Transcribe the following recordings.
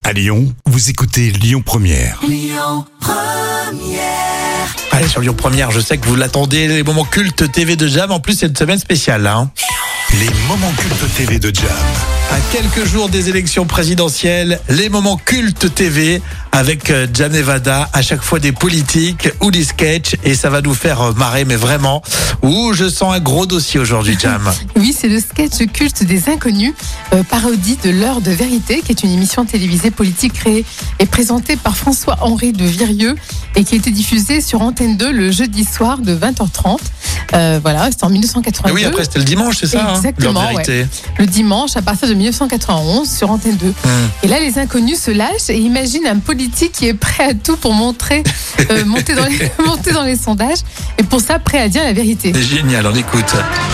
À Lyon, vous écoutez Lyon Première. Lyon Première. Allez, sur Lyon Première, je sais que vous l'attendez, les moments cultes TV de Jam. En plus, c'est une semaine spéciale, là. Les moments cultes TV de Jam. À quelques jours des élections présidentielles, les moments cultes TV avec Jam Nevada, à chaque fois des politiques ou des sketchs, et ça va nous faire marrer, mais vraiment. Ouh, je sens un gros dossier aujourd'hui, Jam. Oui, c'est le sketch culte des Inconnus, parodie de l'heure de vérité, qui est une émission télévisée politique créée et présentée par François-Henri de Virieux et qui a été diffusée sur Antenne 2 le jeudi soir de 20h30. Voilà, c'était en 1982. Et oui, après c'était le dimanche, c'est ça, exactement, l'heure de vérité. Ouais. Le dimanche à partir de 1991 sur Antenne 2. Et là, les Inconnus se lâchent et imaginent un politique qui est prêt à tout pour monter dans les sondages et pour ça prêt à dire la vérité. C'est génial, on écoute.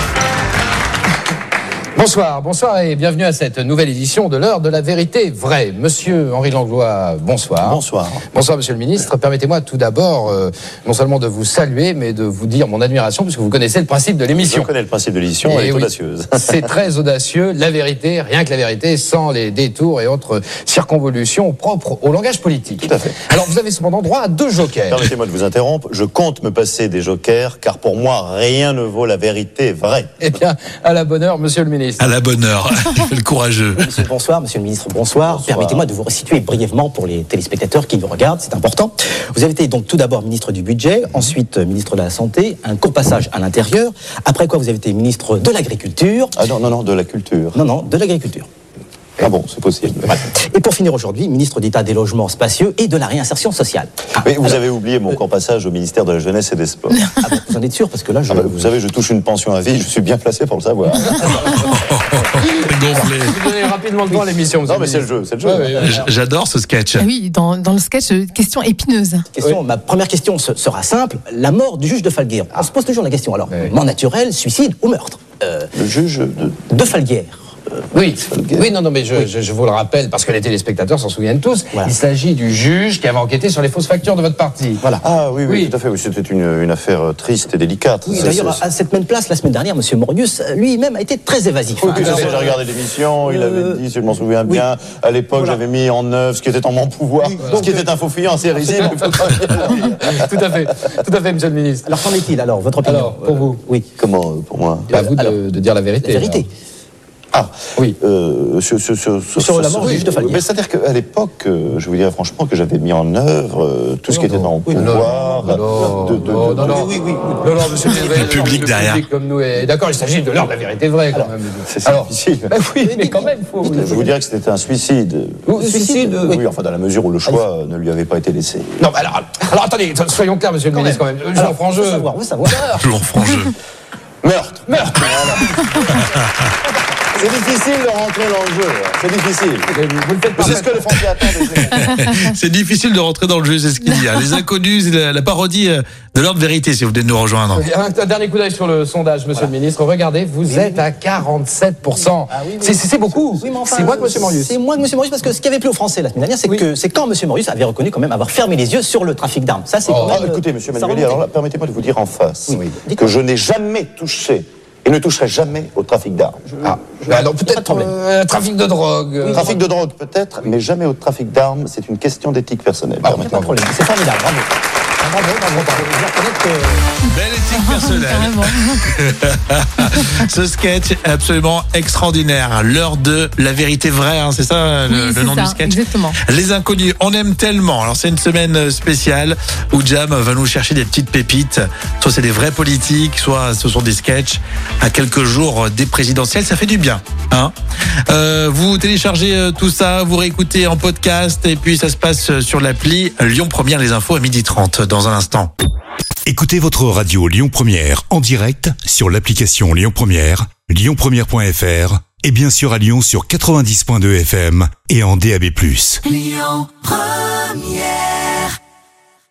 Bonsoir et bienvenue à cette nouvelle édition de l'heure de la vérité vraie. Monsieur Henri Langlois, bonsoir. Bonsoir. Bonsoir Monsieur le Ministre. Permettez-moi tout d'abord non seulement de vous saluer, mais de vous dire mon admiration, puisque vous connaissez le principe de l'émission. Je connais le principe de l'émission, elle est audacieuse. C'est très audacieux, la vérité, rien que la vérité, sans les détours et autres circonvolutions propres au langage politique. Tout à fait. Alors vous avez cependant droit à 2 jokers. Permettez-moi de vous interrompre, je compte me passer des jokers, car pour moi, rien ne vaut la vérité vraie. Eh bien, à la bonne heure, Monsieur le Ministre. À la bonne heure, le courageux. Monsieur, bonsoir. Monsieur le ministre, bonsoir. Permettez-moi de vous resituer brièvement pour les téléspectateurs qui nous regardent, c'est important. Vous avez été donc tout d'abord ministre du Budget, ensuite ministre de la Santé, un court passage à l'Intérieur, après quoi vous avez été ministre de l'Agriculture. Ah non, de la culture. Non, de l'Agriculture. Ah bon, c'est possible. Voilà. Et pour finir aujourd'hui, ministre d'État des Logements Spacieux et de la Réinsertion Sociale. Mais vous avez oublié mon court passage au ministère de la Jeunesse et des Sports. Ah ben, vous en êtes sûr, parce que là, vous savez, je touche une pension à vie, je suis bien placé pour le savoir. Gonflé. Vous donnez rapidement le temps à l'émission. Non, mais c'est le jeu. J'adore ce sketch. Ah oui, dans le sketch, question épineuse. Ma première question sera simple. La mort du juge de Falguière. On se pose toujours la question. Alors, Oui. mort naturelle, suicide ou meurtre Le juge de Falguière. Oui, non, mais je vous le rappelle, parce que les téléspectateurs s'en souviennent tous, Voilà. il s'agit du juge qui avait enquêté sur les fausses factures de votre parti. Voilà. Ah oui, Oui. tout à fait. Oui, c'était une affaire triste et délicate. Oui, Ça, d'ailleurs, à cette même place, la semaine dernière, M. Morius lui-même a été très évasif. Oui, Alors, j'ai regardé l'émission, il avait dit, si je m'en souviens bien, à l'époque, Voilà. j'avais mis en œuvre ce qui était en mon pouvoir, ce qui était un faux fuyant, c'est risible. Tout à fait, monsieur le ministre. alors, qu'en est-il, alors, votre opinion Alors, pour vous Oui. Comment, pour moi À vous alors, de dire la vérité. La vérité. Ah, Oui. sur la mort du juge de Falguière. Mais c'est-à-dire qu'à l'époque, je vous dirais franchement que j'avais mis en œuvre tout ce qui était dans mon pouvoir. Non, monsieur le ministre. Le public derrière. Public comme nous est d'accord, il s'agit de l'heure de la vérité vraie, quand même. C'est Alors, difficile. ben oui, mais quand même, il faut. Je vous dirais que c'était un suicide. Suicide, Oui, enfin, dans la mesure où le choix ne lui avait pas été laissé. Non, mais alors attendez, soyons clairs, monsieur le ministre, quand même. Je Alors, reprends on veut savoir. Toujours franc jeu. Meurtre. C'est difficile de rentrer dans le jeu. C'est difficile. Vous le faites pas. C'est ce que les Français attendent. C'est difficile de rentrer dans le jeu, c'est ce qu'il dit. Les Inconnus, la parodie de l'heure de vérité, si vous venez de nous rejoindre. Un dernier coup d'œil sur le sondage, monsieur le ministre. Regardez, vous êtes à 47%. Ah oui. C'est beaucoup. Oui, mais enfin, c'est moins que monsieur Morius. C'est moins que M. Morius, parce que ce qui avait plu aux Français la semaine dernière, c'est quand M. Morius avait reconnu quand même avoir fermé les yeux sur le trafic d'armes. Ça, c'est quand même. Écoutez, monsieur ça Manueli, remontait. alors là, permettez-moi de vous dire en face Oui. que je n'ai jamais touché et ne toucherai jamais au trafic d'armes. Alors Pas de peut-être problème. trafic de drogue. Trafic de drogue peut-être, mais jamais au trafic d'armes. C'est une question d'éthique personnelle. Il n'y a pas de problème. C'est formidable. Bravo. Bravo. Je dois reconnaître que- Belle éthique personnelle. Carrément. Ce sketch est absolument extraordinaire. L'heure de la vérité vraie, hein, c'est ça Oui, le c'est nom ça, du sketch. exactement. Les Inconnus, on aime tellement. Alors c'est une semaine spéciale où Jam va nous chercher des petites pépites. Soit c'est des vrais politiques, soit ce sont des sketchs à quelques jours des présidentielles. Ça fait du bien. Hein, vous téléchargez tout ça, vous réécoutez en podcast et puis ça se passe sur l'appli Lyon Première, les infos à 12h30 dans un instant. Écoutez votre radio Lyon Première en direct sur l'application Lyon Première, lyonpremière.fr et bien sûr à Lyon sur 90.2 FM et en DAB+. Lyon Première.